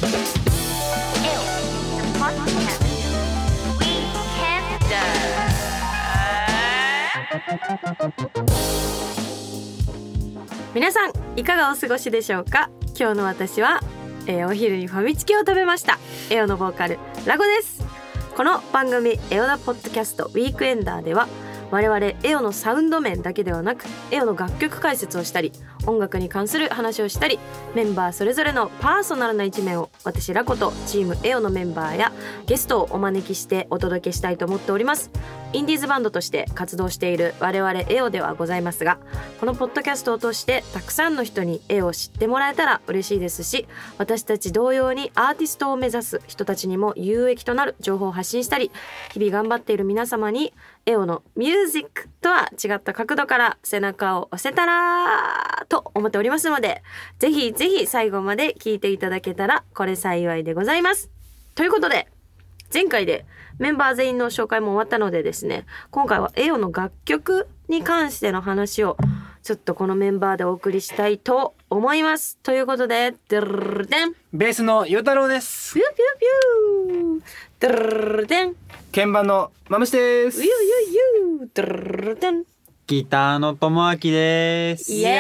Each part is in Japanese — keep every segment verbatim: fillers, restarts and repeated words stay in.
皆さんいかがお過ごしでしょうか。今日の私は、えー、お昼にファミチキを食べました。エオのボーカルラゴです。この番組エオナポッドキャストウィークエンダーでは我々エオのサウンド面だけではなくエオの楽曲解説をしたり音楽に関する話をしたりメンバーそれぞれのパーソナルな一面を私ラコとチームエオのメンバーやゲストをお招きしてお届けしたいと思っております。インディーズバンドとして活動している我々エオではございますが、このポッドキャストを通してたくさんの人にエオを知ってもらえたら嬉しいですし、私たち同様にアーティストを目指す人たちにも有益となる情報を発信したり、日々頑張っている皆様にエオのミュージックとは違った角度から背中を押せたらと思っておりますので、ぜひぜひ最後まで聞いていただけたらこれ幸いでございます。ということで前回でメンバー全員の紹介も終わったのでですね、今回はエオの楽曲に関しての話をちょっとこのメンバーでお送りしたいと思います。ということでドゥルルデンベースのゆうたろうです。 ピューピューピュードゥルルデン鍵盤のまむしです。 ユーユーユードゥルルデンギターのともあきです。 イエ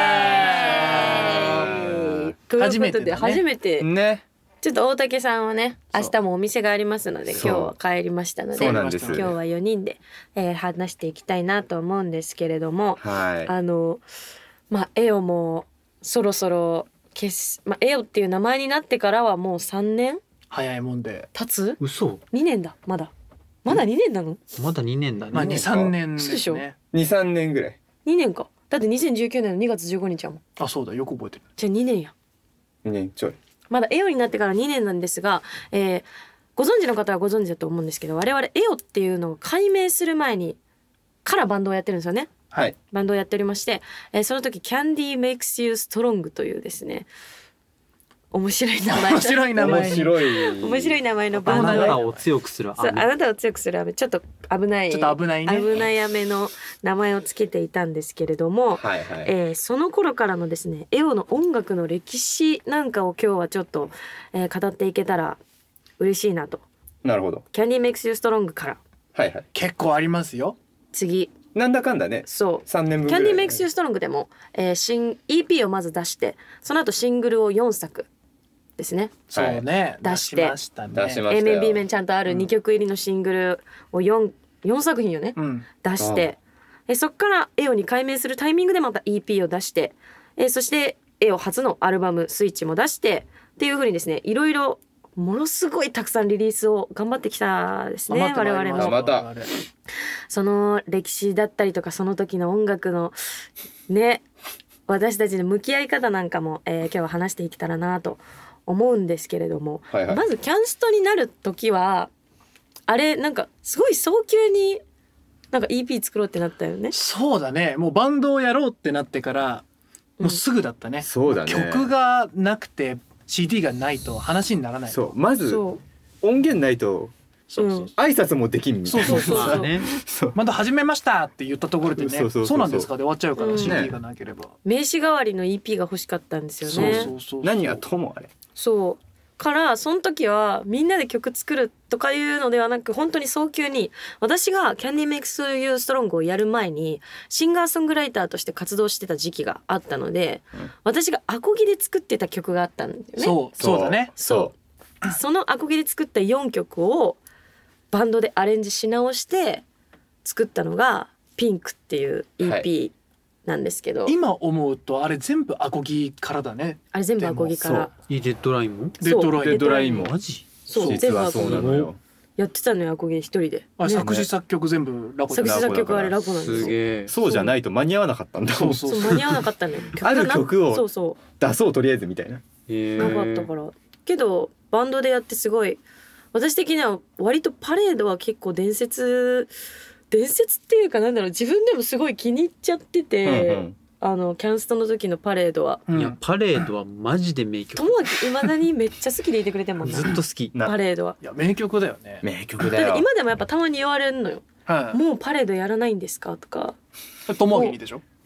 ーイということで初めてね、 ちょっと大竹さんはね明日もお店がありますので今日は帰りましたので、 そうなんです。 今日はよにんで、えー、話していきたいなと思うんですけれども、 はい、 あのまあエオもそろそろ消す、まあ、エオっていう名前になってからはもうさんねん早いもんで経つ。 嘘。 にねんだ。まだまだにねんなの。 まだにねんだね。 まあに、さんねんですね。 に、さんねんぐらい。 にねんか。だってにせんじゅうきゅうねんのにがつじゅうごにちやもん。 あ、そうだ、よく覚えてる。 じゃあにねんや。 にねんちょい。 まだエオになってからにねんなんですが、えー、ご存知の方はご存知だと思うんですけど、我々エオっていうのを解明する前にからバンドをやってるんですよね。 はい。 バンドをやっておりまして、えー、その時 Candy Makes You Strong というですね、面白い名前面白い名前面白い面白い名前のバあンドがなたを強くするそうあなたを強くする飴、ちょっと危ないちょっと危ないね危ない飴の名前をつけていたんですけれども、 はいはい。 えー、その頃からのですねエオの音楽の歴史なんかを今日はちょっと、えー、語っていけたら嬉しいなと。 なるほど。 Candy Makes You Strong からはいはい。 結構ありますよ。 次なんだかんだね。 そうさんねんぶんぐらい。 Candy Makes You Strong でも、えー、新 イーピー をまず出して、その後シングルをよんさくですねそうね、 出して出しましたね。 出しましたよ。 A 面 B 面ちゃんとあるにきょく入りのシングルを 4, 4作品をね、 うん、 出してえそっからエオに改名するタイミングでまた イーピー を出してえそしてエオ初のアルバムスイッチも出してっていう風にですね、いろいろものすごいたくさんリリースを頑張ってきたですね。我々もまたその歴史だったりとかその時の音楽のね私たちの向き合い方なんかも、えー、今日は話していけたらなと思うんですけれども、 はいはい、 まずキャンストになる時はあれなんかすごい早急になんか イーピー 作ろうってなったよね。 そうだね、もうバンドをやろうってなってからもうすぐだったね、 うん、そうだね。 曲がなくて シーディー がないと話にならない。 そうまず音源ないとそうそう、うん、挨拶もできんみたいな。 そうそうそうそう、 ね、 そうまた始めましたって言ったところでね、そうそうそうそう、そうなんですかで終わっちゃうから、うん、シーディー がなければ、 名刺代わりの イーピー が欲しかったんですよね。 そうそうそうそう、 何はともあれそうからその時はみんなで曲作るとかいうのではなく、本当に早急に私が Candy Makes You Strong をやる前にシンガーソングライターとして活動してた時期があったので、うん、私がアコギで作ってた曲があったんだよね。 そうそうだね。 そうそのアコギで作ったよんきょくをバンドでアレンジし直して作ったのがピンクっていう イーピー、はいなんですけど、 今思うとあれ全部アコギからだね。 あれ全部アコギから。 いいデッドラインもデッドラインデッドラインもマジそう実はそうなのよ。 やってたのよアコギで一人で。 あ、ね、作詞作曲全部ラコ。 作詞作曲あれラコなんですよ。 すげえ。 そうじゃないと間に合わなかったんだ。 そうそうそう間に合わなかったのよ。 ある曲をそうそう出そうとりあえずみたいな。 なかったから。けどバンドでやってすごい私的には割とパレードは結構伝説伝説っていうかなんだろう、自分でもすごい気に入っちゃってて。うんうん、あのキャンストの時のパレードは、 いやパレードはマジで名曲。 ともあき未だにめっちゃ好きでいてくれてもんな。 ずっと好きパレードは。 いや名曲だよね。 名曲だよ。 だって今でもやっぱたまに言われるのよ、はい、もうパレードやらないんですかとか。 ともあきにでしょ。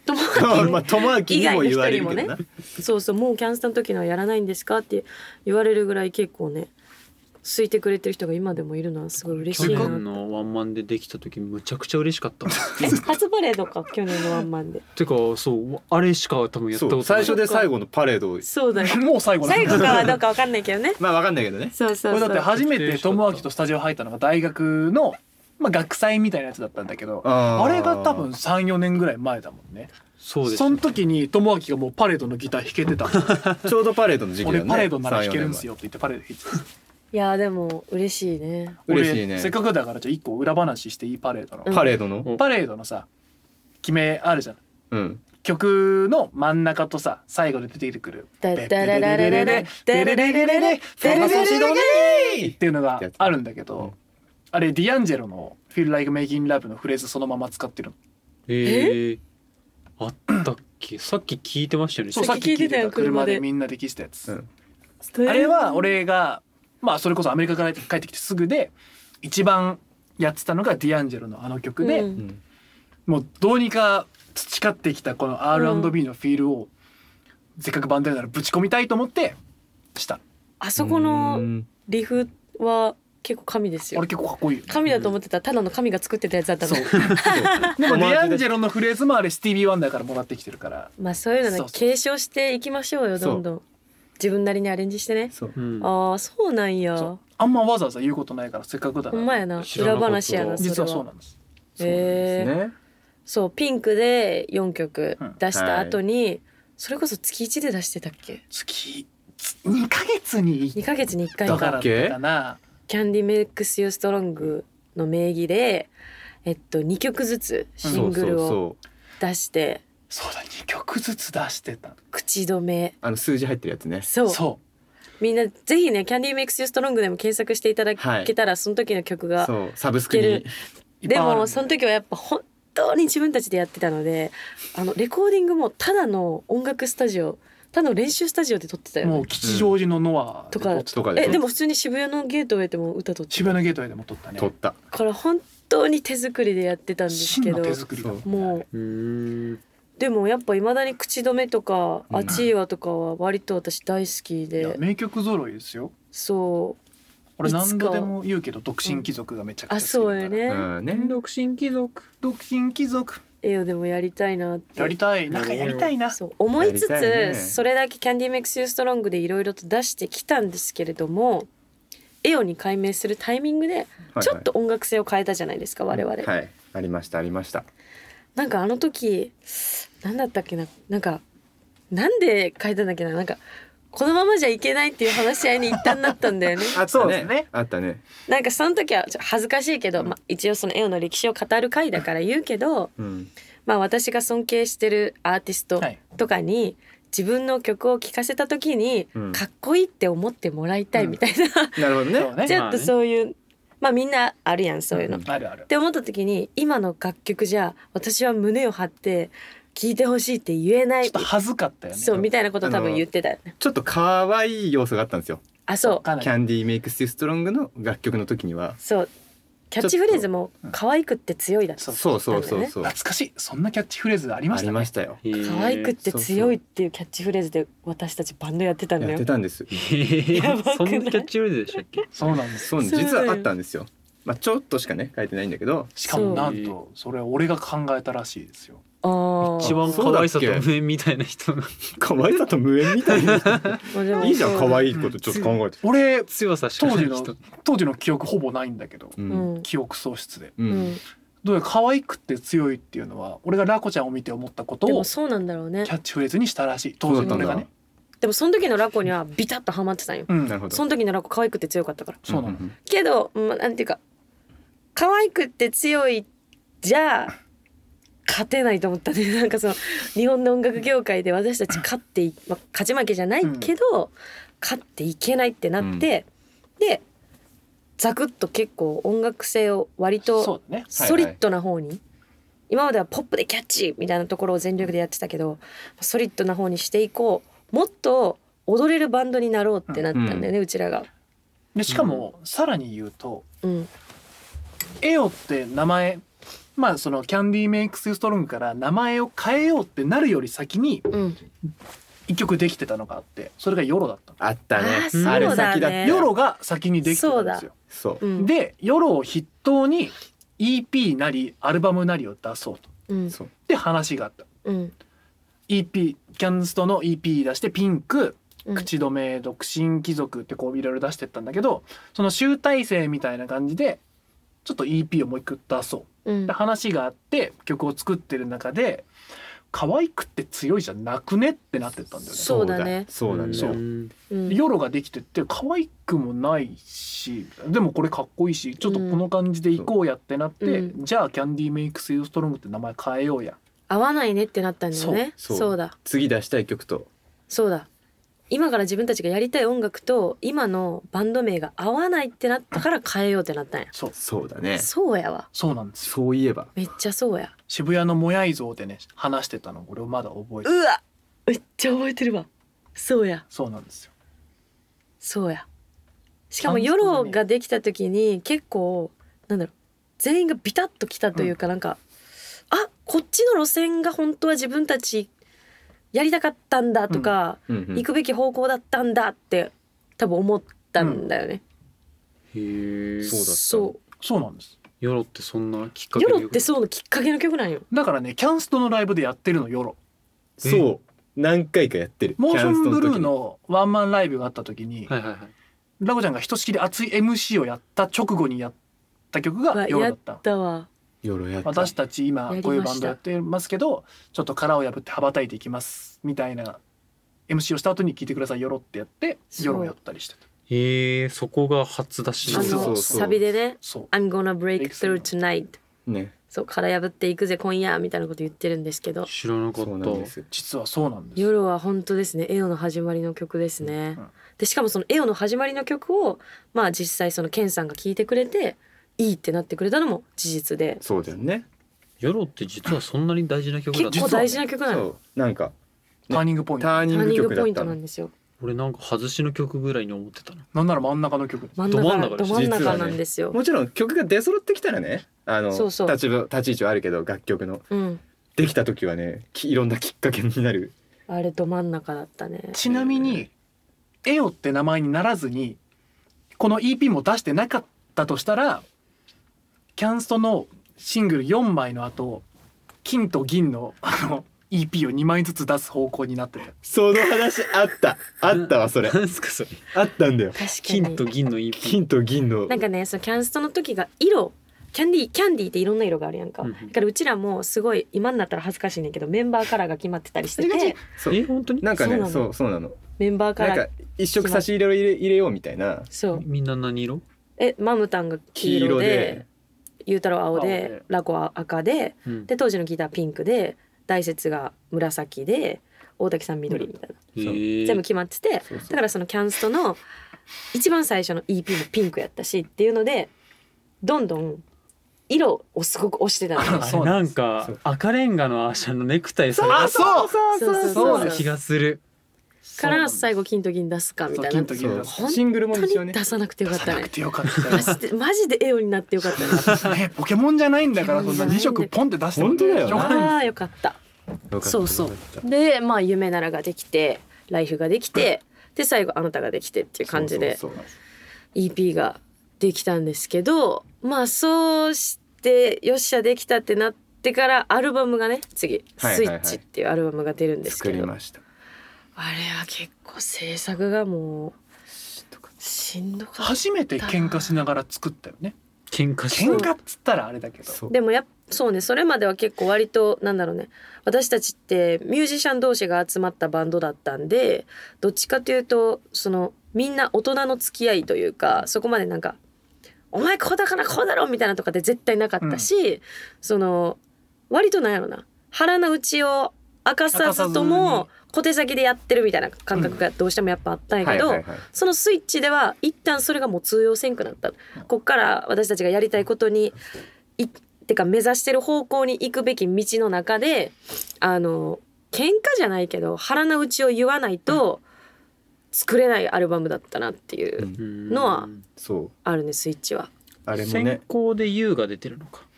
まあ友明にも言われるけどな、 そうそう、もうキャンスタの時のはやらないんですかって言われるぐらい結構ね好いてくれてる人が今でもいるのはすごい嬉しいな。 去年のワンマンでできた時むちゃくちゃ嬉しかったえ初パレードか去年のワンマンで。 てかそうあれしか多分やったことない。 最初で最後のパレードをそうだよもう最後最後かはどうかわかんないけどねまあわかんないけどね。 そうそうそう。 これだって初めて友明とスタジオ入ったのが大学の、まあ、学祭みたいなやつだったんだけど、 あーあれが多分 さん,よ 年ぐらい前だもんね。 そうですその時に友明がもうパレードのギター弾けてたちょうどパレードの時期だよね。 俺パレードなら弾けるんですよって言ってパレード弾いてた。 いやでも嬉しいね。 嬉しいね俺せっかくだからじゃあ一個裏話していい？パレードの、 うんパレードの、 うんパレードのさ決めあるじゃん。 うん、 曲の真ん中とさ最後で出てくるダッダラララララダラララララダララララっていうのがあるんだけど、あれディアンジェロの Feel Like Making Love のフレーズそのまま使ってるの。 えー、あったっけ？さっき聞いてましたよね。 そうさっき聞いてたよ車車ででみんなで聴いてたやつ、 うんあれは俺がまあそれこそアメリカから帰ってきてすぐで一番やってたのがディアンジェロのあの曲で、 うんうんもうどうにか培ってきたこの アールアンドビー のフィールをせっかくバンドやならぶち込みたいと思ってした。 あそこのリフは結構神ですよ俺。結構かっこいいよね。 神だと思ってたらただの神が作ってたやつだったの。 そうでもディアンジェロのフレーズもあれスティービー・ワンダーからもらってきてるからまあそういうのねそうそう継承していきましょうよどんどん。自分なりにアレンジしてね。 そううん、 ああそうなんや。 そうあんまわざわざ言うことないからせっかくだからほんまやな知らなかった裏話やなそれは。 実はそうなんです。 へえね。 そうピンクでよんきょくうん出した後に、それこそ月いちで出してたっけ？ 月にかげつににかげつにいっかいだからか。 だったかな。 キャンディメックスユーストロングの名義でえっとにきょくずつシングルをそうそうそう出してそうだにきょくずつ出してた。 口止め。 あの数字入ってるやつね。 そうそみんなぜひねキャンディメックスユーストロングでも検索していただけたら、その時の曲がそうサブスクいけるに。 ういっぱでいあるんだよもその時はやっぱ本当に自分たちでやってたのであのレコーディングもただの音楽スタジオただの練習スタジオで撮ってたよねもう吉祥寺のノアとかで撮ってたとかでえでも普通に渋谷のゲートウェイでも歌撮って渋谷のゲートウェイでも撮ったね。 撮った。 たから本当に手作りでやってたんですけど真の手作りだもんね。 もううーんでもやっぱいまだに口止めとかうんアチーワとかは割と私大好きいやで、 名曲揃いですよ。 そう俺いつか何度でも言うけど独身貴族がめちゃくちゃあ好きだから。 そうよね、 うんね。 独身貴族独身貴族エオでもやりたいなってやりたいなんかやりたいな。 そう思いつつ、 やりたいねそれだけキャンディーメックスユーストロングでいろいろと出してきたんですけれどもエオに改名するタイミングでちょっと音楽性を変えたじゃないですか、我々、 はいありましたありました。 なんかあの時なんだったっけななんかなんで変えたんだっけななんかこのままじゃいけないっていう話し合いに一旦なったんだよねあったそうですねあったね。 なんかその時はちょっと恥ずかしいけど、まあ、一応そのエオの歴史を語る回だから言うけど、 うん。 まあ、私が尊敬してるアーティストはいとかに自分の曲を聴かせた時にうんかっこいいって思ってもらいたいみたいな、 なるほどね。 そうねちょっとそういうまあみんなあるやんそういうの。 うんあるあるっ。て思った時に今の楽曲じゃ私は胸を張って聴いてほしいって言えないちょっと恥ずかったよね。 そうみたいなこと多分言ってたよね。 ちょっと可愛い要素があったんですよ。 あそうかなりキャンディーメイクスユーストロングの楽曲の時には。 そうキャッチフレーズも可愛くって強いだったそうそうそうそうそう。 懐かしいそんなキャッチフレーズありまあしたね。 りましたよ。 可愛くって強いっていうキャッチフレーズで私たちバンドやってたんだよやって。たんです。 やばくないそんなキャッチフレーズでしたっけ？ そうなんです。 そうそう実はあったんですよ。まあちょっとしかね書いてないんだけど。 しかもなんとそれは俺が考えたらしいですよ。 あー一番可愛さと無縁みたいな人が可愛さと無縁みたいな。 まあでもいいじゃんそう可愛いことちょっと考えて。 俺強さしか当時のない人。 当時の記憶ほぼないんだけど、 ううんん記憶喪失でううんんどうやら可愛くて強いっていうのは俺がラコちゃんを見て思ったことをキでもそうなんだろうね。 ャッチフレーズにしたらしい当時の俺がね。 でもその時のラコにはビタッとハマってたんよ。 うんなるほど。 その時のラコ可愛くて強かったから。 そうなの。 んけど、まあ、なんていうか可愛くて強いじゃ勝てないと思ったね。なんかその日本の音楽業界で私たち勝ってい、まあ、勝ち負けじゃないけど、勝っていけないってなって、でザクッと結構音楽性を割そとうだね。 ソリッドな方に、今まではポップでキャッチーみたいなところを全力でやってたけどソリッドな方にしていこう、もっと踊れるバンドになろうってなったんだよね、うちらが。 でしかもさらに言うとうんエオって名前まあそのキャンディーメイクスユーストロングから名前を変えようってなるより先にうん一曲できてたのがあって、それがヨロだったの。 あったねあーそうだねあれ先だったヨロが先にできてたんですよ。 そううんでヨロを筆頭に イーピー なりアルバムなりを出そうとうんそうで話があった。 うんイーピー キャンストの イーピー 出してピンクうん口止め独身貴族ってこういろいろ出してったんだけど、その集大成みたいな感じでちょっと イーピー をもう一回出そううんで話があって曲を作ってる中で可愛くって強いじゃなくねってなってったんだよね。 そうだねそうなんだよんうんヨロができてって可愛くもないしでもこれかっこいいしちょっとこの感じでいこうやってなって、 うじゃあキャンディーメイクスユーストロングって名前変えようや。 合わないねってなったんだよねそうそうだ次出したい曲とそうだ今から自分たちがやりたい音楽と今のバンド名が合わないってなったから変えようってなったんやそうそうだねそうやわそうなんですよ。 そういえばめっちゃそうや渋谷のもやい像でね話してたの俺をまだ覚えてる。 うわめっちゃ覚えてるわそうやそうなんですよ。 そうやしかもヨロができた時に結構なんだろう全員がビタッときたというか、なんかあこっちの路線が本当は自分たちやりたかったんだとか、 うんうん行くべき方向だったんだって多分思ったんだよね、 へえ。 そうだったそそうなんです。 ヨロってそんなきっかうけの曲ヨロってそうのきっかけの曲なんよだからねキャンストのライブでやってるのヨロ。 そう何回かやってるモーションブルーキャンスト時にのワンマンライブがあった時に、 はいはいはい。 ラコちゃんがひとしきり熱い エムシー をやった直後にやった曲がわやっヨロだった。 たわ夜やった私たち今やりましたこういうバンドやってますけどちょっと殻を破って羽ばたいていきますみたいな エムシー をした後に聞いてくださいヨロってやってそうヨロやったりしてた。 へえ、そこが初出しあそうのそうそうサビでねそう I'm gonna break through tonight ねそう殻破っていくぜ今夜みたいなこと言ってるんですけど知らなかっそうなんですた。 よ実はそうなんですよ。 夜は本当ですねエオの始まりの曲ですね、 うんでしかもそのエオの始まりの曲をまあ実際そのケンさんが聴いてくれていいってなってくれたのも事実でそうだよねヨロって実はそんなに大事な曲だった。 結構大事な曲なの、 そうなんかターニングポイントターニングターニング曲だったのポイントなんですよ俺なんか外しの曲ぐらいに思ってたの。 なんなら真ん中の曲です。 真んど真ん中中ですど真ん中なんですよ、 もちろん曲が出揃ってきたらねあのそうそう立ち立ち位置はあるけど楽曲のうんできた時はねきいろんなきっかけになるあれど真ん中だったねちなみにエオって名前にならずにこの イーピー も出してなかったとしたらキャンストのシングルよんまいの後金と銀のあの イーピー をにまいずつ出す方向になってた。 その話あったあったわそれなんすかそれ。 あったんだよ確か金にと銀の イーピー。 金と銀のなんかねそのキャンストの時が色キャンディーキャンディーっていろんな色があるやんか、 うんだからうちらもすごい今になったら恥ずかしいねんけどメンバーカラーが決まってたりしててそうえ本当に？ なんかねそうなのそうそうなのメンバーカラーなんか一色差し入れを入れ入れようみたいなそうみんな何色？ えマムタンが黄色で黄色でゆうたろう青で青でラコは赤でうん。 で当時のギターピンクで大雪が紫で大竹さん緑みたいな、 へえ。 全部決まっててそうそうだからそのキャンストの一番最初の イーピー もピンクやったしっていうのでどんどん色をすごく推してたのよあれなんかそう赤レンガのあのネクタイされあそうそうそうそうそうた気がする。 から最後金と銀出すかみたいなそう金と銀そう出す本シングルも当一応ねに出さなくてよかったねなくてよかったマジでマジでエオになってよかったねねポケモンじゃないんだからそんなに色ポンって出しても本当だよしょうがないんですああよかったよかったそうそうよかったでまあ夢ならができてライフができてで最後あなたができてっていう感じでそうそうそうイーピー ができたんですけどまあそうしてよっしゃできたってなってからアルバムがね次「 はいはいはいスイッチ」っていうアルバムが出るんです作けど、 りましたあれは結構制作がもうしんどかった初めて喧嘩しながら作ったよね。 喧嘩し喧嘩っつったらあれだけどそうでもやっそうねそれまでは結構割となんだろうね私たちってミュージシャン同士が集まったバンドだったんでどっちかというとそのみんな大人の付き合いというかそこまでなんか「お前こうだからこうだろ」みたいなとかって絶対なかったし、その割となんやろな腹の内を明かさずとも小手先でやってるみたいな感覚がどうしてもやっぱあったんやけど、 はいはいはいそのスイッチでは一旦それがもう通用せんくなったこっから私たちがやりたいことにいてか目指してる方向に行くべき道の中であの喧嘩じゃないけど腹の内を言わないと作れないアルバムだったなっていううんのはそうあるねスイッチは。 あれも先ね行で ユー が出てるのか。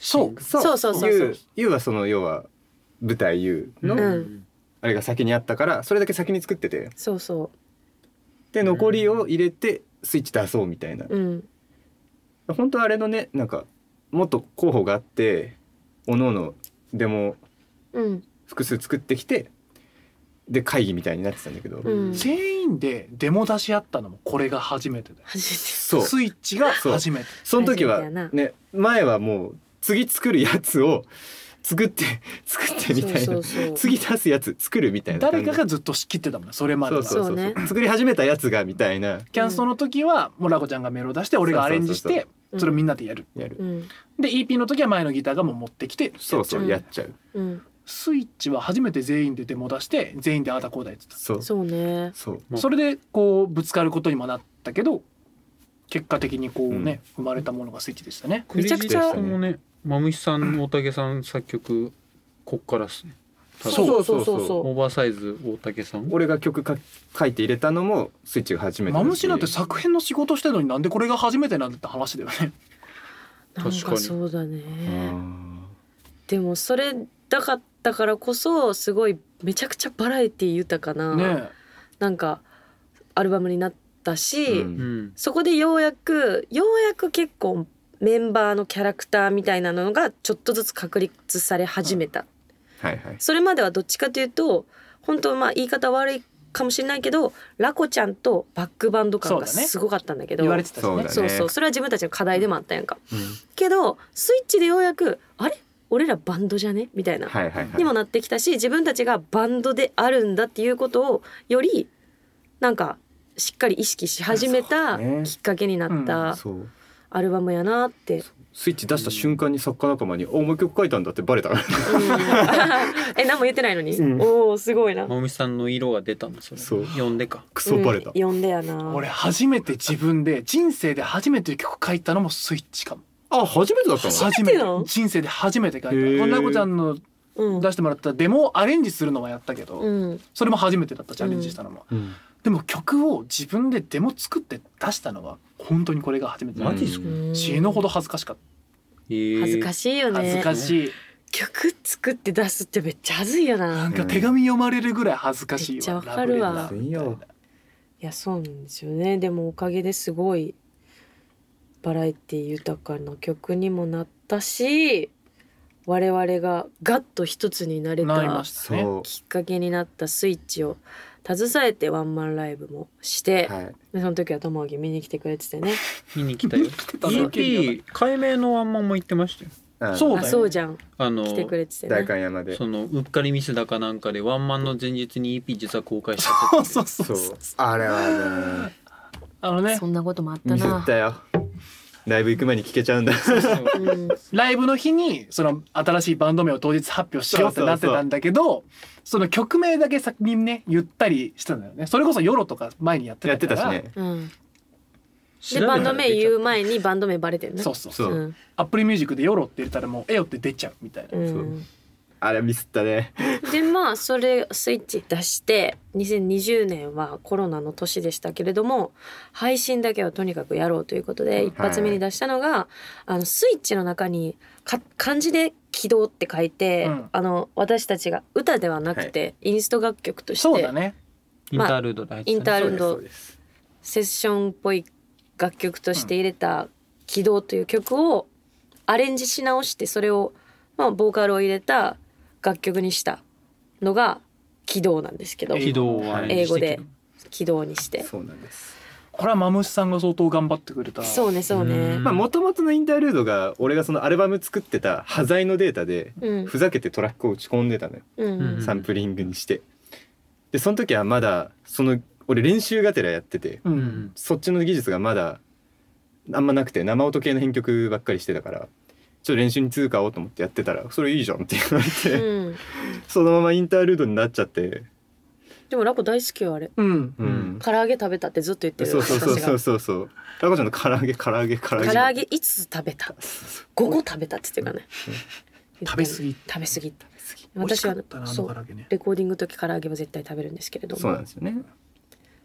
そうそうそうそうそう U, U はその要は舞台 U のうんあれが先にあったからそれだけ先に作っててそうそで残りを入れてスイッチ出そうみたいなううん本当はあれのねなんかもっと候補があって各々デモうん複数作ってきてで会議みたいになってたんだけど、 うん全員でデモ出し合ったのもこれが初めてだよ。 初めてそうスイッチが初めて。 その時は初めてやなね前はもう次作るやつを作って作ってみたいなそうそうそう次出すやつ作るみたいな誰かがずっと仕切ってたもんねそれまでは。 そうそうそうそうね作り始めたやつがみたいなキャンストの時はもうラコちゃんがメロ出して俺がアレンジしてそうそうそうそれをみんなでやる。 やる、 うんで イーピー の時は前のギターがもう持ってきてそうそううんやっちゃううんスイッチは初めて全員でデモ出して全員でああだこうだやってた。 そうそうねそううんそれでこうぶつかることにもなったけど結果的にこうね、生まれたものがスイッチでしたね。 めちゃくちゃクレジットもねマムシさん大竹さん作曲こっからっすね。 そうそうそうそうそオーバーサイズ大竹さん。 俺が曲か書いて入れたのもスイッチが初めてだしマムシなんて作編の仕事してるのになんでこれが初めてなんだって話だよね。 うなんか確かにそうだねうんでもそれだかったからこそすごいめちゃくちゃバラエティ豊かな、 ねなんかアルバムになったし、 うんうん。 そこでようやくようやく結構メンバーのキャラクターみたいなのがちょっとずつ確立され始めた、 はいはいそれまではどっちかというと本当まあ言い方悪いかもしれないけどラコちゃんとバックバンド感がそうだねすごかったんだけど言われてたしねそうだね。 そうそうそれは自分たちの課題でもあったやんか、 うんけどスイッチでようやくあれ俺らバンドじゃねみたいな、 はいはいはいにもなってきたし自分たちがバンドであるんだっていうことをよりなんかしっかり意識し始めたそうねきっかけになったそうアルバムやなって、 スイッチ出した瞬間に作家仲間に「あお前曲書いたんだ」ってバレたからうんえ何も言ってないのに、 うんおおすごいなマムシさんの色が出たんだそれ。 そう読んでか。 クソバレた、 うん、呼んでやな俺初めて自分で人生で初めて曲書いたのもスイッチかも。 あ初めてだったの初めてなの人生で初めて書いた。 へーこんなこちゃんのうん出してもらったデモをアレンジするのはやったけど、 うんそれも初めてだったしアレンジしたのも、 うんでも曲を自分でデモ作って出したのは本当にこれが初めてだった。 マジっすか。 うん死ぬほど恥ずかしかっ恥ずかししいよねた。恥ずかしい、 曲作って出すってめっちゃ恥ずいよな、 ないんか手紙読まれるぐらい恥ずかしいわ。 めっちゃわかるわラブレターみたいなやそうなんですよね。でもおかげですごいバラエティ豊かな曲にもなったし我々がガッと一つになれなりまたしたね。 そうきっかけになったスイッチを携えてワンマンライブもして、 はいでその時はともぎ見に来てくれててね見に来たよ。イたーピー 解明のワンマンも行ってましたよ。 あそうだよあそうじゃんあの来てくれてて代ね官山でそのうっかりミスだかなんかでワンマンの前日に イーピー 実は公開しちゃってそうそうそうそそうう。 あれはねあのねそんなこともあったミスなったよライブ行く前に聞けちゃうんだうんライブの日にその新しいバンド名を当日発表しようってなってたんだけど、その曲名だけ先にね言ったりしたんだよね。それこそヨロとか前にやってやったてから。 たしねうん、 調べたらでバンド名言う前にバンド名バレてるねそうそうそううん、 アップルミュージックでヨロって入れたらもうエヨって出ちゃうみたいな。 うんあれミスったねでまあそれスイッチ出してにせんにじゅうねんはコロナの年でしたけれども配信だけはとにかくやろうということで一発目に出したのが、あのスイッチの中にか漢字で「起動」って書いて、 うんあの私たちが歌ではなくて、インスト楽曲としてそうだね。 インタールードで入ってたねインタールードそうですセッションっぽい楽曲として入れた「起動」という曲をアレンジし直してそれを、まあ、ボーカルを入れた楽曲にしたのが「起動」なんですけど起動は英語で「起動」にしてそうなんですこれはマムシさんが相当頑張ってくれた。 そうねそうねうんまあ元々のインタールードが俺がそのアルバム作ってた端材のデータでうんふざけてトラックを打ち込んでたのようんうんサンプリングにしてでその時はまだその俺練習がてらやっててう。 うんんそっちの技術がまだあんまなくて生音系の編曲ばっかりしてたからちょっと練習に通過をと思ってやってたらそれいいじゃんって言われて、 うんそのままインタールードになっちゃってでもラコ大好きよあれうん。 うん、 唐揚げ食べたってずっと言ってるそうそうそうそう私そうそうラコちゃんの唐揚げ唐揚げ唐揚げが唐揚げいつ食べたごこ食べたって言ってるからね食べ過ぎ食べ過ぎ美味し私はかったなあそうの唐揚げね。 レコーディングの時唐揚げは絶対食べるんですけれどもそうなんですよね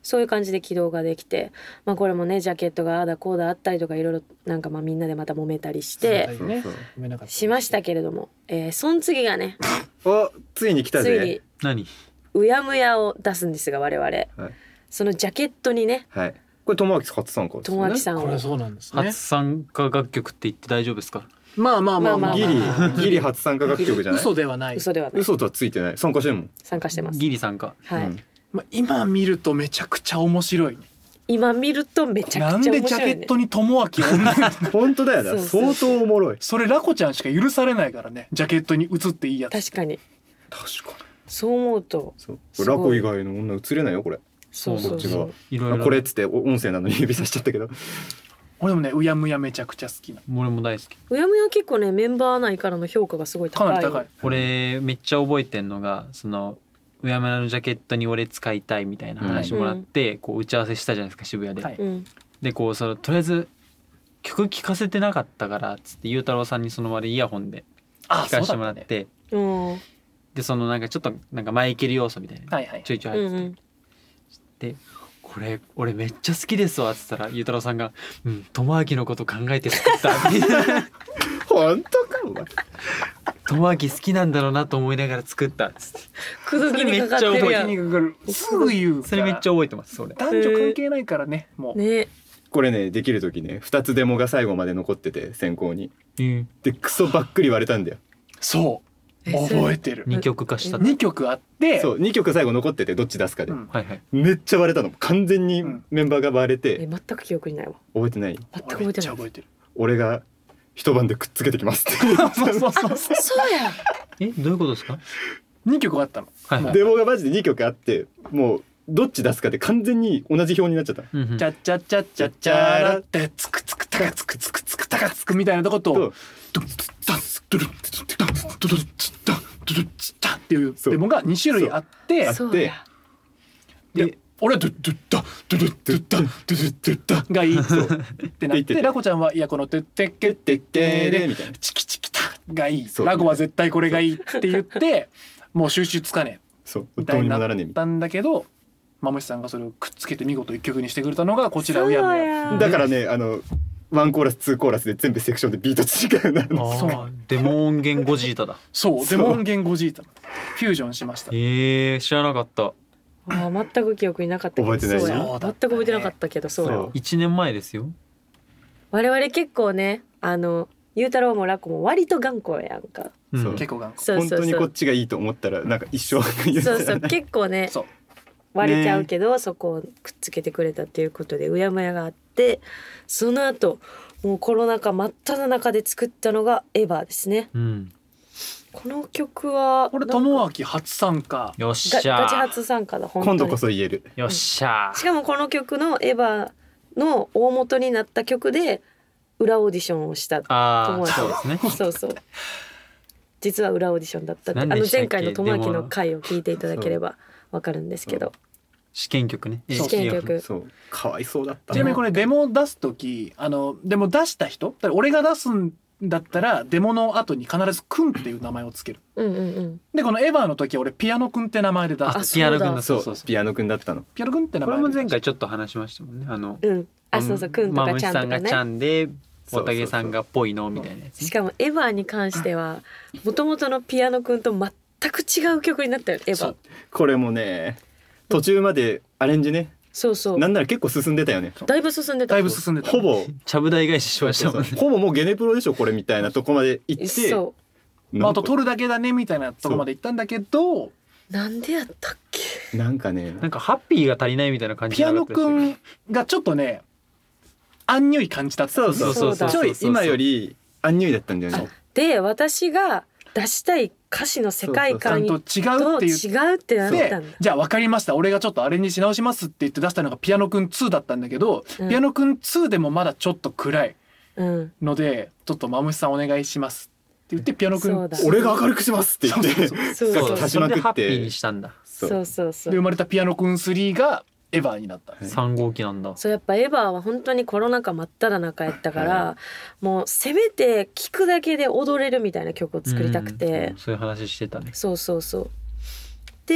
そういう感じで起動ができて、まあ、これもねジャケットがああだこうだあったりとかいろいろなんかまあみんなでまた揉めたりしてそうねそうそうごめんなかったしましたけれども、えー、その次がねおついに来たついにぜ。 何うやむやを出すんですが我々、 はい、 そのジャケットにねはい、これ友明初参加ですよね。 友明さんをこれそうなんですね初参加楽曲って言って大丈夫ですか？ まあまあまあまあ、 まあまあギリギリ初参加楽曲じゃない。 嘘ではない、 嘘ではない嘘とはついてない。参加してるもん。 参加してます。 ギリ参加。 はい、 うんまあ、今見るとめちゃくちゃ面白いね。 今見るとめちゃなんくちゃでジャケ面白いねットに友明女本当だよな。 そうそう相当おもろい。 それラコちゃんしか許されないからね、ジャケットに映っていいやつ。 確かに確かに。 そう思うとそう。こすごいれラコ以外の女映れないよこれ。 そうそうそこっち側う。 いろいろ。 あこれっつってお音声なのに指さしちゃったけど。 俺もねうやむやめちゃくちゃ好きな、 俺も大好き。 うやむや結構ねメンバー内からの評価がすごい高いかなり高い。 俺めっちゃ覚えてんのがそのうやむやのジャケットに俺使いたいみたいな話もらって、こう打ち合わせしたじゃないですか渋谷で。 はいうんでこうそのとりあえず曲聴かせてなかったからっつってゆうたろうさんにその場でイヤホンであ聴かせてもらっそうだったねて、 うんでそのなんかちょっとなんかマイケル要素みたいな、 はいはいちょいちょい入ってうんて、でこれ俺めっちゃ好きですわっつったらゆうたろうさんが「うん友明のこと考えて作った」 本当かお前。 友明好きなんだろうなと思いながら作ったっつってくどきにかかって気るやんにかかるすぐ言うからそれめっちゃ覚えてますそれ。 男女関係ないからねもう、 ねこれねできる時ねふたつデモが最後まで残ってて選考に。 うんでクソばっくり割れたんだよ。 そうえ覚えてるにきょく化した。 にきょくあってそうにきょく最後残っててどっち出すかで、 うんはいはい。 めっちゃ割れたの。完全にメンバーが割れて、 え全く記憶にないわ覚えてない。 全く俺めっ覚えてないちゃ覚えてる俺が一晩でくっつけてきますってそうそうそうそうそうやえどういうことですか？ にきょくあったのはいはい。 デモがマジでにきょくあってもうどっち出すかで完全に同じ表になっちゃった。 うんうんチャッチャッチャッチャッチャラってつくつくたかつくつくつくたかつくみたいなとこととドゥッダンスドゥルッドゥッダンスドゥルッダンドゥルッダンっていうそうデモがに種類あってそうやで俺はドゥッドゥッダドゥルッドゥッダドゥルッドゥッダがいいってなっって言っててラコちゃんはいやこのテッテッケッテッケででみたいな。 チキチキタがいいそうラゴは絶対これがいいって言ってもう収集つかねえそうみどうにもなたいになっらねえみたいたんだけどマムシさんがそれをくっつけて見事一曲にしてくれたのがこちらそうやうやむやな。だからねあのワンコーラスツーコーラスで全部セクションでビート違うなるの。 そうあーデモ音源ゴジータだ。 そうそうデモ音源ゴジータフュージョンしましたえー、知らなかった。 あー全く記憶になかったけど覚えてないそうやそうだ全く覚えてなかったけどそうやそういちねんまえですよ。 我々結構ねあのゆうたろうもラコも割と頑固やんかうんそう結構頑固本そうそうそう当にこっちがいいと思ったらなんか一生そうそう結構ねそう割れちゃうけど、そこをくっつけてくれたっていうことでうやむやがあってその後もうコロナ禍真っ只中で作ったのがエヴァですね。 うん。 この曲はこれなんか友明初参加よっガしゃー。 ガチ初参加だ本当に今度こそ言える。 よっしゃー。 しかもこの曲のエヴァの大元になった曲で裏オーディションをしたああ、 友明そうですね。 そうそう実は裏オーディションだったってあの何でしたっけ前回の友明の回を聞いていただければわかるんですけど試験曲ね。 試験曲そうかわいそうだったちなみにこれデモ出す時あのデモ出した人だから俺が出すんだったらデモの後に必ずくんっていう名前をつけるうんうんうんでこのエヴァの時は俺ピアノくんって名前で出あすピアノくんだ。 そそうそうそう。 うピアノくんだったの。 ピアノくんって名前でこれも前回ちょっと話しましたもんね。あの、 うんあそうそうくんとかちゃんとかまむしさんがちゃねんで、 そうそうそうおたげさんがぽいのみたいなやつね。 しかもエヴァに関してはもともとのピアノくんと全く違う曲になったよエヴァそうこれもね途中までアレンジねそうそうなんなら結構進んでたよね。 だいぶ進んでただいぶ進んでたほぼちゃぶ台返ししましたもんね。 ほぼもうゲネプロでしょこれみたいなとこまで行ってそまあ、あと撮るだけだねみたいなとこまで行ったんだけどうなんでやったっけうなんかねなんかハッピーが足りないみたいな感じピアノくじゃなかったでしんがちょっとねアンニュイ感じたってそうそうそうそうだちょい今よりアンニュイだったんだよね。 で私が出したい歌詞の世界ちゃん観にと違うって言っ違うってなってでたんだじゃあ分かりました俺がちょっとアレンジし直しますって言って出したのがピアノくんツーだったんだけど、 うんピアノくんツーでもまだちょっと暗いうんのでちょっとマムシさんお願いしますって言ってピアノくんそうだ俺が明るくしますって言ってそうょ。 そうそう、 足しまくってそれでハッピーにしたんだ。 そうそうそうそうで生まれたピアノくんスリーがエヴァになったんです、 三号機なんだ。 そうやっぱエヴァは本当にコロナ禍真っ只中やったから、 はもうせめて聴くだけで踊れるみたいな曲を作りたくて、 うんそういう話してたね。 そうそうそうで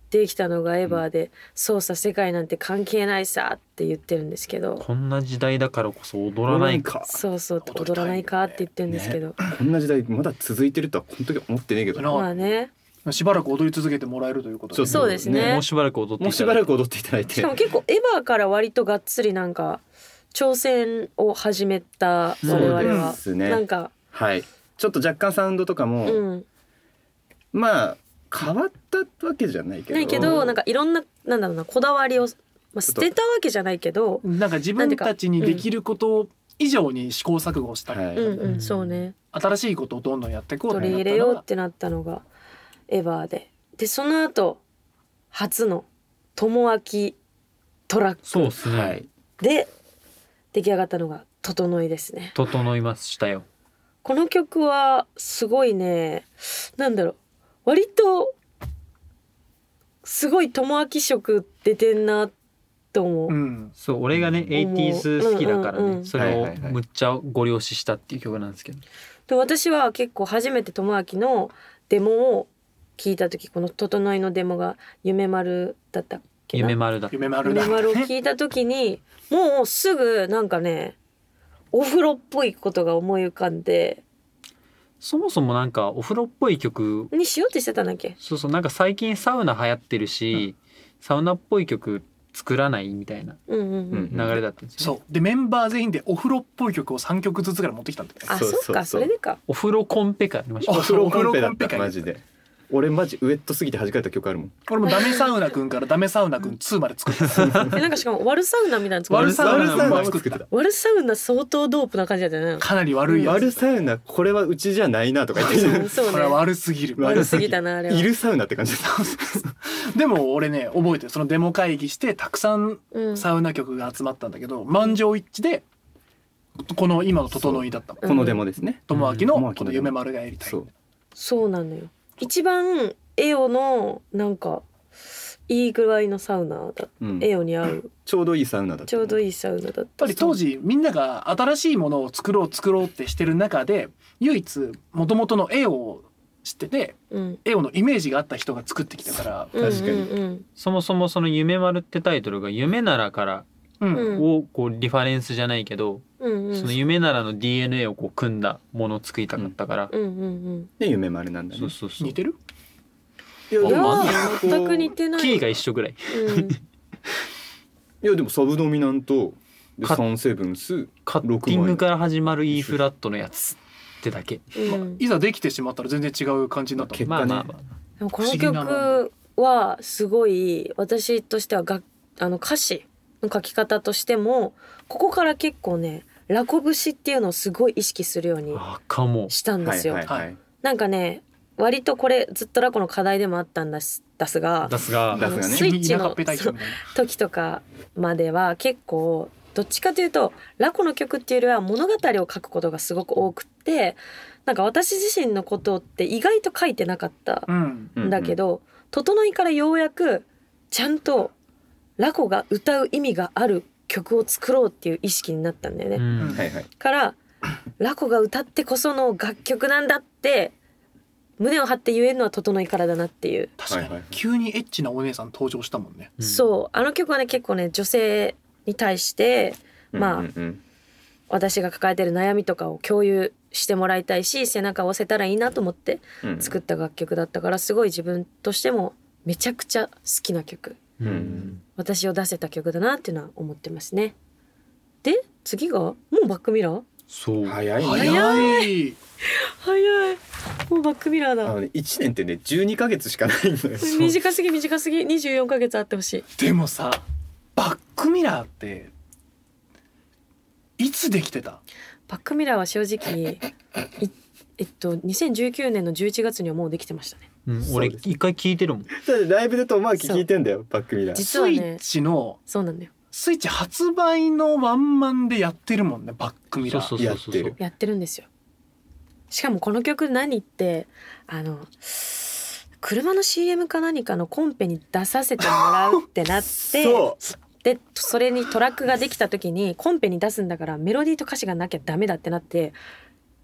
できたのがエヴァで、操作世界なんて関係ないさって言ってるんですけど、 こんな時代だからこそ踊らないか。 そうそう踊らないかって言ってるんですけど、 こんな時代まだ続いてるとは本当に思ってねえけどなまあね、 しばらく踊り続けてもらえるということで、 そうですねもうしばらく踊っていただいてもうしばらく踊っていただいて、 しかも結構エヴァから割とがっつりなんか挑戦を始めた我々は、 そうですねなんか、 はいちょっと若干サウンドとかも、 うん、 まあ変わったわけじゃないけどないけどなんかいろんななんだろうなこだわりを、まあ、捨てたわけじゃないけど、 なんか自分たちにできること以上に試行錯誤したり、 はいうんうんそうね、 新しいことをどんどんやっていこう取り入れようってなったのがエヴァで、でその後初の友明トラックそうですね、 はいで出来上がったのが「整い」ですね。 整いましたよ。 この曲はすごいね、なんだろう、割とすごい友明色出てんなと思う、 うんそう俺がね エイティーズ 好きだからね、 うんうんうんそれをはいはいはいむっちゃご了承したっていう曲なんですけど、 で私は結構初めて友明のデモを聞いた時、この「整い」のデモが「夢丸」だったっけな、 夢丸だった。 夢丸だ夢丸を聞いた時にもうすぐなんかねお風呂っぽいことが思い浮かんで、 そもそもなんかお風呂っぽい曲、 にしようってしてたんだっけ。 そうそうなんか最近サウナ流行ってるし、サウナっぽい曲作らないみたいなうんうんうん、 流れだったんですよ、ねそうでメンバー全員でお風呂っぽい曲をさんきょくずつぐらい持ってきたんだよね。 あそうそうそっかそれでか。 お風呂コンペ会やりましょう。 お風呂コンペだっお風呂コンペ会たマジで俺マジウェットすぎて弾かれた曲あるもん。 俺もダメサウナくんからダメサウナくんツーまで作ってたえなんかしかも悪サウナみたいなの作る悪サウナ悪サウナもも作っててた。 作った悪サウナ相当ドープな感じだったよね。 かなり悪いやつ悪サウナこれはうちじゃないなとか言ってうんそうこれはね、 悪すぎる悪すぎたなあれは。 いるサウナって感じだでも俺ね覚えてる、そのデモ会議してたくさんうん、 サウナ曲が集まったんだけど、満場一致でこの今の整いだったもん。 このデモですね。 友明うんのこの夢丸がやりたい。 そうそうなのよ。一番エオのなんかいい具合のサウナだ、 うんエオに合うちょうどいいサウナだったちょうどいいサウナだった。 やっぱり当時みんなが新しいものを作ろう作ろうってしてる中で唯一元々の絵を知っててうん絵をのイメージがあった人が作ってきたから、 確かにうんうんそもそもその夢丸ってタイトルが夢ならからうんうんをこうリファレンスじゃないけど、 うんうんその夢ならの ディーエヌエー をこう組んだものを作りたかったから、 うんうんうんで夢丸なんだね。 そうそうそう似てる？ いやいやああんー全く似てない。 キーが一緒ぐらい。 うんいやでもサブドミナントでかサンセブンスカッティングから始まる E フラットのやつってだけ。 うんいざできてしまったら全然違う感じになったもん。 結果ねまあまあまあでもこの不思議なも曲はすごい私としてはがあの歌詞の書き方としてもここから結構ねラコ節っていうのをすごい意識するようにあかも。 したんですよ。 はいはいはい。 なんかね割とこれずっとラコの課題でもあったんですですが出すが出すがねスイッチ君田舎のっぺたい人みたいな時とかまでは結構どっちかというとラコの曲っていうよりは物語を書くことがすごく多くってなんか私自身のことって意外と書いてなかったうんんだけど、整いからようやくちゃんとラコが歌う意味がある曲を作ろうっていう意識になったんだよね。 ううんんはいはい。 からラコが歌ってこその楽曲なんだって胸を張って言えるのは整いからだなっていう、 確かに、 はいはい急にエッチなお姉さん登場したもんね。 うんそうあの曲はね結構ね女性に対してまあうんうんうん私が抱えてる悩みとかを共有してもらいたいし背中を押せたらいいなと思ってうん作った楽曲だったからすごい自分としてもめちゃくちゃ好きな曲、 ううんん私を出せた曲だなっていうのは思ってますね。で次がもうバックミラーそう。 早いね。 早い。 早いもうバックミラーあだのねいちねんってねじゅうにかげつしかないのよ。 短すぎ短すぎにじゅうよんかげつあってほしい。 でもさバックミラーっていつできてた？ バックミラーは正直いえっとにせんじゅうきゅうねんのじゅういちがつにはもうできてましたね。 うん、 そうです俺一回聞いてるもん。 だってライブでとマーキ聞いてんだよバックミラー。 実はねスイッチのそうなんだよスイッチ発売のワンマンでやってるもんねバックミラー。 そうそうそうそうやってるやってるんですよ。しかもこの曲何ってあの車の シーエム か何かのコンペに出させてもらうってなってそうでそれにトラックができた時にコンペに出すんだからメロディーと歌詞がなきゃダメだってなって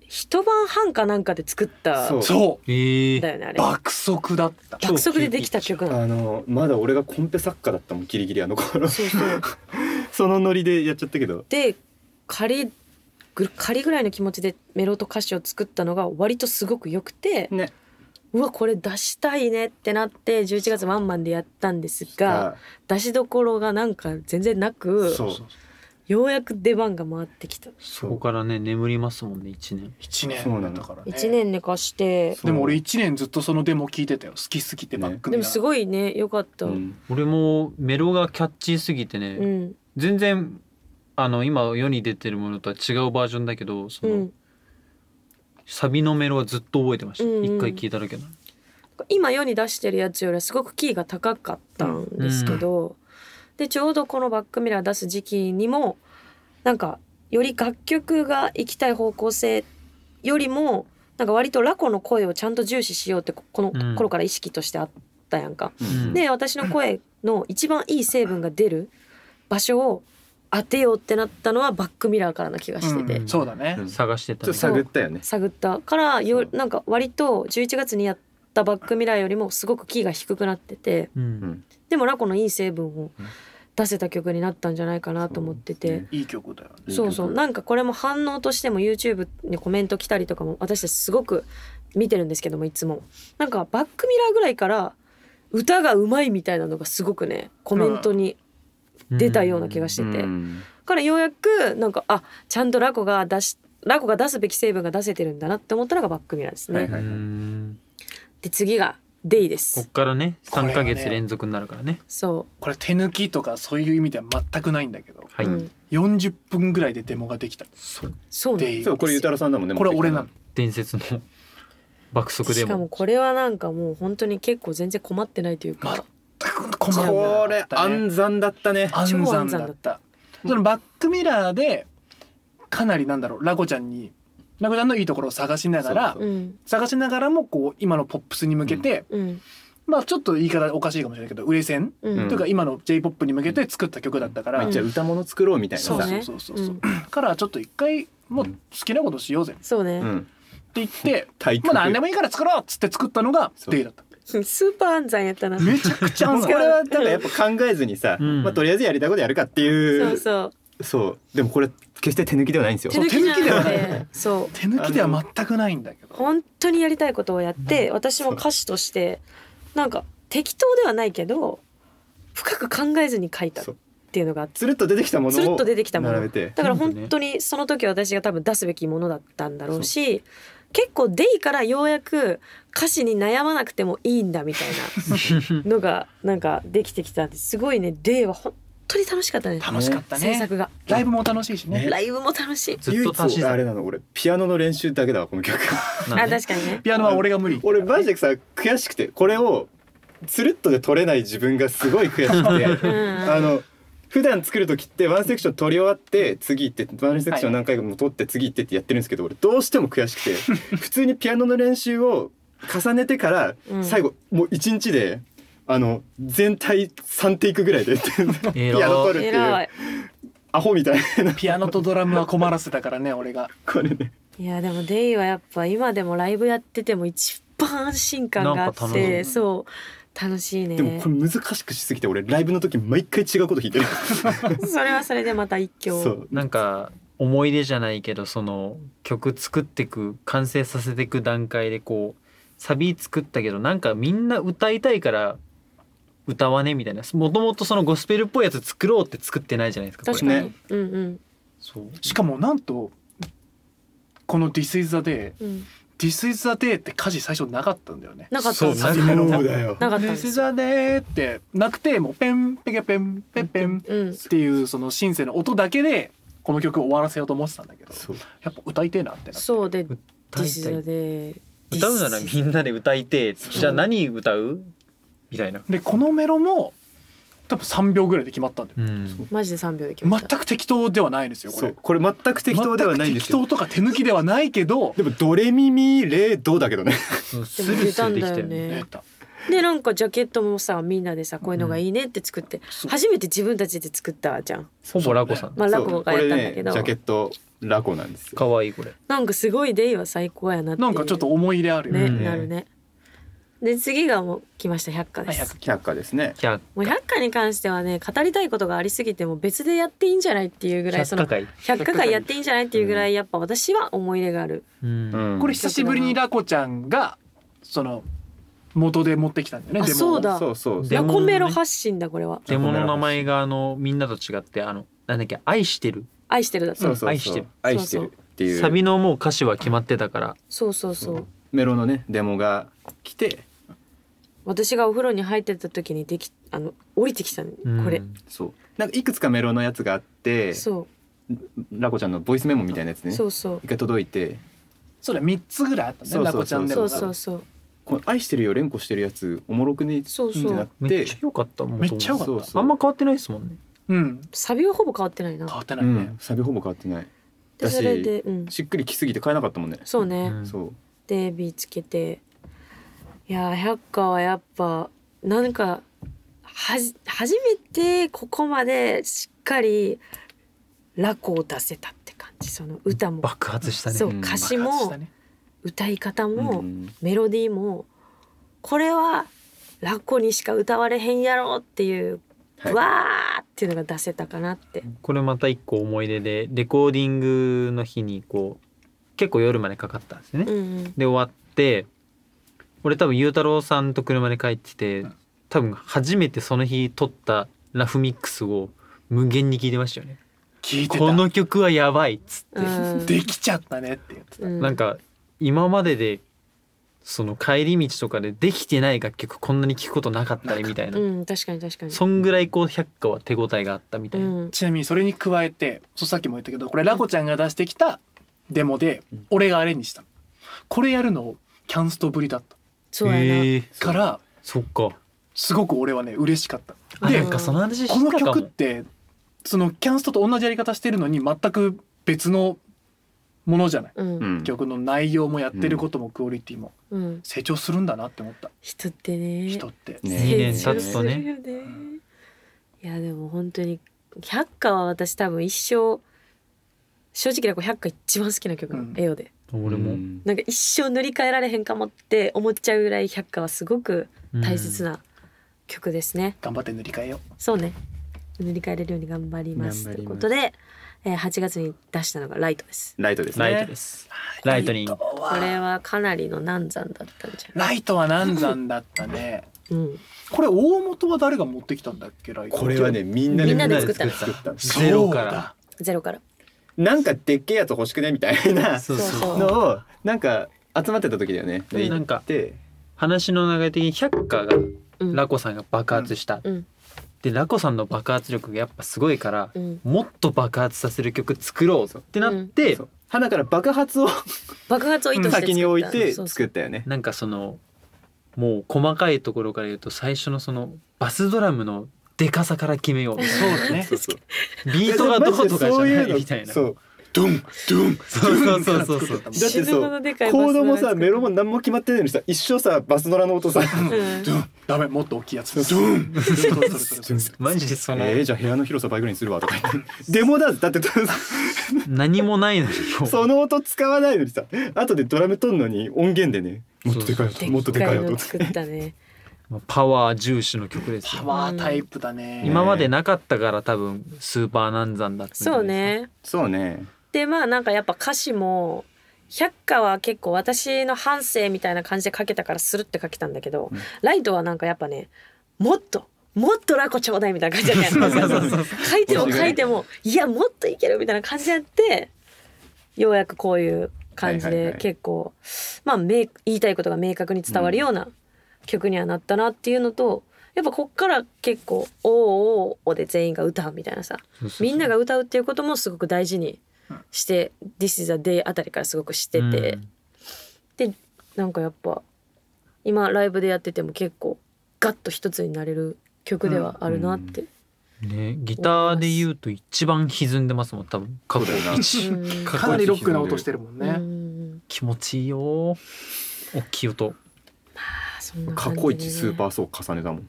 一晩半かなんかで作ったそうそえー、 だよねあうれ。 爆速だった爆速でできた曲なの。 あのまだ俺がコンペ作家だったもんギリギリあの頃そうそうそのノリでやっちゃったけどで仮ぐ仮ぐらいの気持ちでメロと歌詞を作ったのが割とすごく良くて、 ねうわこれ出したいねってなってじゅういちがつワンマンでやったんですが出しどころがなんか全然なく、 そうようやく出番が回ってきた。 そこからね眠りますもんねいちねん。 いちねんそうなのだからねいちねん寝かしてそうでも俺いちねんずっとそのデモ聞いてたよ。好きすぎてバックミラーでもすごいね良かった。 ううんん俺もメロがキャッチーすぎてね、 うん全然あの今世に出てるものとは違うバージョンだけどその、サビのメロはずっと覚えてました。一、 うんうん回聞いただけなの。 今世に出してるやつよりはすごくキーが高かったんですけど、でちょうどこのバックミラー出す時期にもなんかより楽曲が行きたい方向性よりもなんか割とラコの声をちゃんと重視しようってここの頃から意識としてあったやんか。 うんで私の声の一番いい成分が出る場所を当てようってなったのはバックミラーからな気がしてて、 うんそうだね、 うん探してたねちょっと探ったよね探ったからよそうなんか割とじゅういちがつにやったバックミラーよりもすごくキーが低くなってて、 うんうんでもラコのいい成分を出せた曲になったんじゃないかなと思ってて、 そうですねいい曲だよね。 そうそうなんかこれも反応としても YouTube にコメント来たりとかも私たちすごく見てるんですけどもいつもなんかバックミラーぐらいから歌がうまいみたいなのがすごくねコメントに出たような気がしてて、 うんからようやくなんかあちゃんとラコが出しラコが出すべき成分が出せてるんだなって思ったのがバックミラーですね、 はいはいうんで次がデイでこすっからねさんかげつこれはね連続になるからね。 そこれ手抜きとかそういう意味では全くないんだけど、 う、 はい、 うん、 よんじゅっぷんぐらいでデモができた。 そうそうねデイそうこれゆたろさんだもんねこれ俺なの。 伝説の爆速でしかももこれはなんかもう本当に結構全然困ってないというか、 全く困らなこれかったね暗算だったね暗算超暗算だっだった。そのバックミラーでかなりなんだろうラコちゃんにラコちゃんのいいところを探しながらそううん探しながらもこう今のポップスに向けて、 うんまあちょっと言い方おかしいかもしれないけど売れ線、 うんというか今の J-ポップ に向けて作った曲だったから、 めっちゃ歌物作ろうみたいなさそうねそうそうそうそう、 うんからちょっと一回もう好きなことしようぜってそうね、 うん言って、 体育まあ何でもいいから作ろうっつって作ったのがそうデイだった。 スーパー暗算やったなめちゃくちゃ暗算これはなんかやっぱ考えずにさ、 うんまあ、とりあえずやりたいことやるかっていうそうそうそうでもこれ決して手抜きではないんですよ手抜きじゃな手抜きではないくてそう手抜きでは全くないんだけど。 本当にやりたいことをやって私も歌手としてなんか適当ではないけど深く考えずに書いたっていうのがあってつるっと出てきたものをつるっと出てきたもの並べてだから本当にその時私が多分出すべきものだったんだろうし結構デイからようやく歌詞に悩まなくてもいいんだみたいなのがなんかできてきたんですごいねデイは本当に楽しかったね楽しかったね。 制作がライブも楽しいしね。 ライブも楽しいずっ唯と足し算一あれなの俺ピアノの練習だけだわこの曲あなんで確かにねピアノは俺が無理。 俺マジでさ悔しくてこれをつるっとで取れない自分がすごい悔しくてうんあの普段作る時ってワンセクション取り終わって次行ってワンセクション何回も取って次行ってってやってるんですけど俺どうしても悔しくて普通にピアノの練習を重ねてからうん最後もう一日であの全体さんテイクぐらいでピアノ取るっていう偉いアホみたいなピアノとドラムは困らせたからね俺が。 これねいやでもデイはやっぱ今でもライブやってても一番安心感があなんか楽しいってそう楽しいねでもこれ難しくしすぎて俺ライブの時毎回違うこと弾いてるそれはそれでまた一興そうなんか思い出じゃないけどその曲作ってく完成させていく段階でこうサビ作ったけどなんかみんな歌いたいから歌わねみたいなもともとそのゴスペルっぽいやつ作ろうって作ってないじゃないですかこれ確かに、 ねうんうんそうしかもなんとこの This is the day うん This is the day って歌詞最初なかったんだよね。 なかったんですそうよ初めのそうだよなかったんで This す is よ the day ってなくてもうペンペケペンペンペンうんっていうそのシンセの音だけでこの曲を終わらせようと思ってたんだけどそうやっぱ歌いてえなってなって。 そうで歌 This い is た the い day 歌うならみんなで歌いてじゃあ何歌うみたいな、 でこのメロも多分さんびょうぐらいで決まったんだよ。 うん、 マジでさんびょうで決まった全く適当ではないんですよこれ。 そうこれ全く適当ではないんですよ全く適当とか手抜きではないけどでもドレミミレドだけどねそうスでも出たんルスルできだよたよねね出たでなんかジャケットもさみんなでさこういうのがいいねって作って、 そう初めて自分たちで作ったじゃん。 ほぼラコさん。 まあラコがやったんだけど、 そうこれねジャケットラコなんですよ。 かわいいこれ。 なんかすごいデイは最高やなっていうなんかちょっと思い入れあるよね、 ね。 なるね。で次がもう来ました百科であす。 百科ですね。 百もう百科に関してはね語りたいことがありすぎても別でやっていいんじゃないっていうぐらいその百科会。 百科会やっていいんじゃないっていうぐらいやっぱ私は思い入れがある。 うんうんこれ久しぶりにラコちゃんがその元で持ってきたんだよね。 あデモをそうだそうそうそう。 デモラコメロ発信だこれは。 デモの名前があのみんなと違ってあのなんだっけ愛してる。 愛してるだった。 そうそうそう愛してる愛してるっていうサビのもう歌詞は決まってたから。 そうそうそう。 メロのねデモが来て、 私がお風呂に入ってた時にできあの降りてきたのうんこれ。 そうなんかいくつかメロのやつがあって、 そラコちゃんのボイスメモみたいなやつうねそうそう一回届いて、 そうだみっつぐらいあったね。 そうそうそうラコちゃんでもそうそうそうこの愛してるよ連呼してるやつおもろくねってそうそうなっめってちゃ良かったもん。 めっちゃ良かったそうそうあんま変わってないですもんね。 うんサビはほぼ変わってないな。 変わってないうねん。サビほぼ変わってないだでそれしでうんしっくりきすぎて変えなかったもんね。 そうね。 うんそうでビーつけていやー百科はやっぱなんかはじ初めてここまでしっかりラコを出せたって感じ。その歌も爆発したね。 うんそう歌詞も爆発したね歌い方もうんメロディーもこれはラコにしか歌われへんやろっていうはいわーっていうのが出せたかなって。 これまた一個思い出でレコーディングの日にこう結構夜までかかったんですよね。 うんうんで終わって俺多分ゆうたろうさんと車で帰ってて多分初めてその日撮ったラフミックスを無限に聴いてましたよね。 聞いてたこの曲はやばいっつって、 うんできちゃったねって言ってた。 うんなんか今まででその帰り道とかでできてない楽曲こんなに聴くことなかったりみたいな、 うん確かに確かに。 そんぐらいこう百科は手応えがあったみたいな、 うんちなみにそれに加えてそうさっきも言ったけどこれラコちゃんが出してきたデモで俺がアレンジしたの。これやるのキャンストぶりだったそうやな。 へーからそっか。 すごく俺はね嬉しかった。 あでなんかその話このしたかも。 曲ってそのキャンストと同じやり方してるのに全く別のものじゃない。 うんうん曲の内容もやってることもクオリティもうん成長するんだなって思った。 人ってね人ってねにねん経つとね成長するよねいやでも本当に百科は私多分一生正直なこう百科一番好きな曲なの、 うんエオで俺も、 うんなんか一生塗り替えられへんかもって思っちゃうぐらい百科はすごく大切な曲ですね、 頑張って塗り替えよそうね塗り替えれるように頑張りますとい頑張りますうことで、えー、はちがつに出したのがライトです。 ライトですね。 ライトです。 う。 ライトにこれはかなりの難産だったんじゃない。 ライトは難産だったね。 うん、 これ大元は誰が持ってきたんだっけライト。 これはねみんなでみんなで作った作ったのそうだゼロからゼロから。 なんかでっけえやつ欲しくねみたいなそうそうそうのをなんか集まってた時だよね。でなんか行って話の流れ的に百科がうん、 ラコさんが爆発した、 うんでラコさんの爆発力がやっぱすごいから、 うん、 もっと爆発させる曲作ろうってなって、 そう花から爆発を爆発を意図して作った先に置いてそうそう作ったよね。 なんかそのもう細かいところから言うと最初のそのバスドラムのでかさから決めようみたいそうだね。 そうそうなビートがどうとかじゃないみたいなそうドンドンそうそうそうそうそうだって死ぬほそうどでかいコードもバスドラ作ったさメロも何も決まってないのにさ一生さバスドラの音さうんドンダメもっと大きいやつ。ドン。それそれそれそれそれマジでその、 えー、じゃあ部屋の広さ倍ぐらいにするわとか言ってデモだだって何もないのにもうその音使わないのにさ後でドラム取るのに音源でねもっとでかいで音もっとでかい音っかいの作ったね。 パワー重視の曲ですパよ。 ワータイプだね。 今までなかったから多分スーパー難産だったんじゃそうないですか。 ね。 そうねでまあなんかやっぱ歌詞も百科は結構私の反省みたいな感じで書けたからスルって書けたんだけど、 うんライトはなんかやっぱねもっともっとラコちょうだいみたいな感じだったそうそうそう書いても書いてもいやもっといけるみたいな感じでやってようやくこういう感じではいはいはい結構まあ明言いたいことが明確に伝わるような曲にはなったなっていうのと、やっぱこっから結構「おーおーお」で全員が歌うみたいなさそうそうそうみんなが歌うっていうこともすごく大事にして「This is a day」あたりからすごくしてて、 うんでなんかやっぱ今ライブでやってても結構ガッと一つになれる曲ではあるなって、 ね、ギターで言うと一番歪んでますもん多分過去そうだよな一うんかかなりロックな音してるもんうね。 ん気持ちいいよ大きい音。 そんな過感じで、ね、 去一スーパーソー重ねだもん。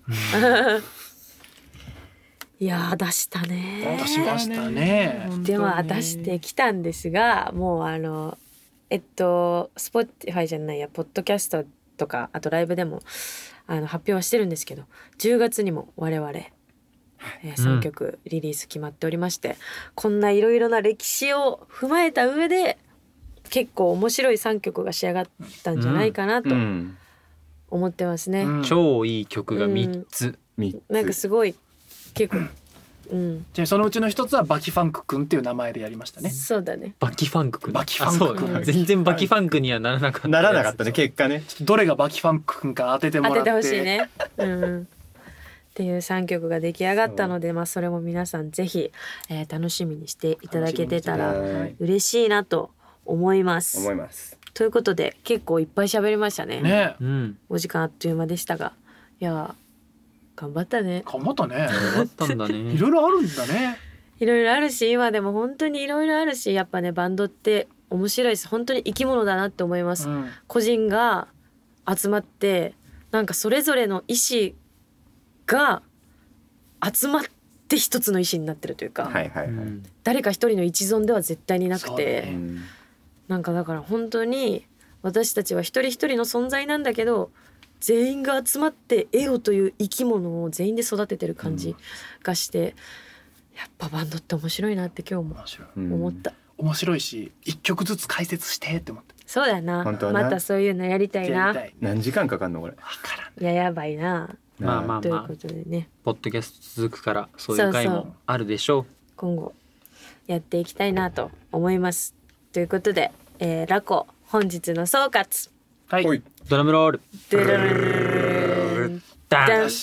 いやー出したね出しましたね。 では出してきたんですが、もうあのえっと Spotify じゃないやポッドキャストとかあとライブでもあの発表はしてるんですけど、じゅうがつにも我々、えー、さんきょくリリース決まっておりまして、うん、こんないろいろな歴史を踏まえた上で結構面白いさんきょくが仕上がったんじゃないかなと思ってますね、 うん、超いい曲がみっつ、 うん、 なんかすごい結構うん、 じゃあそのうちの一つはバキファンクくんっていう名前でやりましたね。 そうだね。 バキファンクくん。 バキファンクくん。 全然バキファンクにはならなかった。 ならなかったね結果ね。 どれがバキファンクくんか当ててもらって。 当ててほしいね。うん。っていうさんきょくが出来上がったので、まあそれも皆さんぜひ、えー、楽しみにしていただけてたら嬉しいなと思います。 思います。 ということで結構いっぱい喋りましたね。 ね。 うん。 お時間あっという間でしたが、いや。頑張ったね。 頑張ったね。 頑張ったんだね。 いろいろあるんだね。 いろいろあるし、今でも本当にいろいろあるし、やっぱねバンドって面白いです。本当に生き物だなって思います。うん、個人が集まってなんかそれぞれの意思が集まって一つの意思になってるというか、 はいはいはい、 誰か一人の一存では絶対になくて、 ね、 なんかだから本当に私たちは一人一人の存在なんだけど。全員が集まってエオという生き物を全員で育ててる感じがして、うん、やっぱバンドって面白いなって今日も思った、 うん、面白いし一曲ずつ解説してって思った。 そうだな、またそういうのやりたいな。 何時間かかんのこれ。 わからん。いややばいな。 まあまあまあということでね、 ポッドキャスト続くからそういう回もあるでしょう。 そうそう今後やっていきたいなと思います。ということで、えー、ラコ本日の総括。 はい。 ドラムロール。 ドラムダン。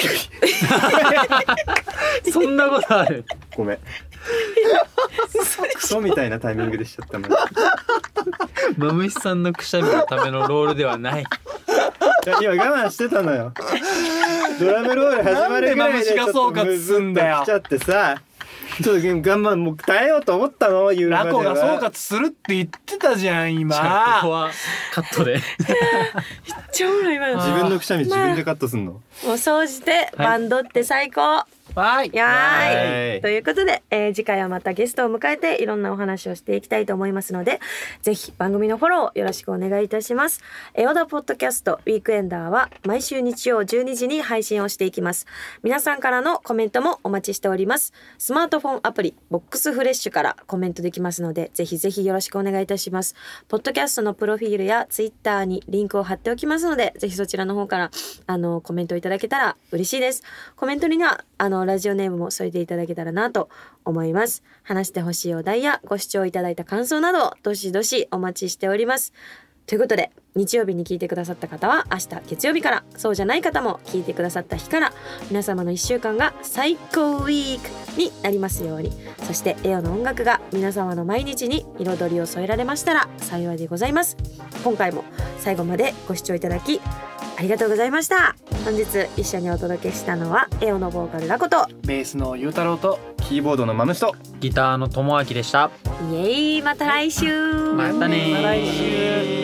そんなことある？ ごめん。クソみたいなタイミングでしちゃったもん。 マムシさんのくしゃみのためのロールではない。 いや今我慢してたのよ。ドラムロール始まるぐらいでちょっとムズンと来ちゃってさ。ちょっと我慢もう耐えようと思ったの言うまでは。 ラコが総括するって言ってたじゃん今。 ここはカットで。 超今の自分のくしゃみ自分でカットすんの。 もう総じてバンドって最高。はいはいやーいということで、えー、次回はまたゲストを迎えていろんなお話をしていきたいと思いますので、ぜひ番組のフォローよろしくお願いいたします。エオダポッドキャストウィークエンダーは毎週日曜じゅうにじに配信をしていきます。皆さんからのコメントもお待ちしております。スマートフォンアプリボックスフレッシュからコメントできますので、ぜひぜひよろしくお願いいたします。ポッドキャストのプロフィールやツイッターにリンクを貼っておきますので、ぜひそちらの方からあのコメントいただけたら嬉しいです。コメントにはあのラジオネームも添えていただけたらなと思います。話してほしいお題やご視聴いただいた感想などどしどしお待ちしております。ということで日曜日に聞いてくださった方は明日月曜日から、そうじゃない方も聞いてくださった日から皆様のいっしゅうかんが最高ウィークになりますように、そしてエオの音楽が皆様の毎日に彩りを添えられましたら幸いでございます。今回も最後までご視聴いただきありがとうございました。本日一緒にお届けしたのはエオのボーカルラコとベースのゆうたろうとキーボードのマムシとギターのともあきでした。 イエーイ、また来週。 またね。 また来週。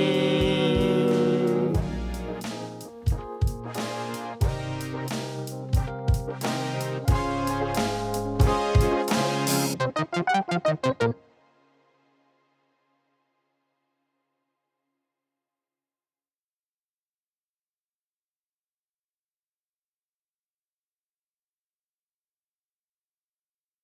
Thank you.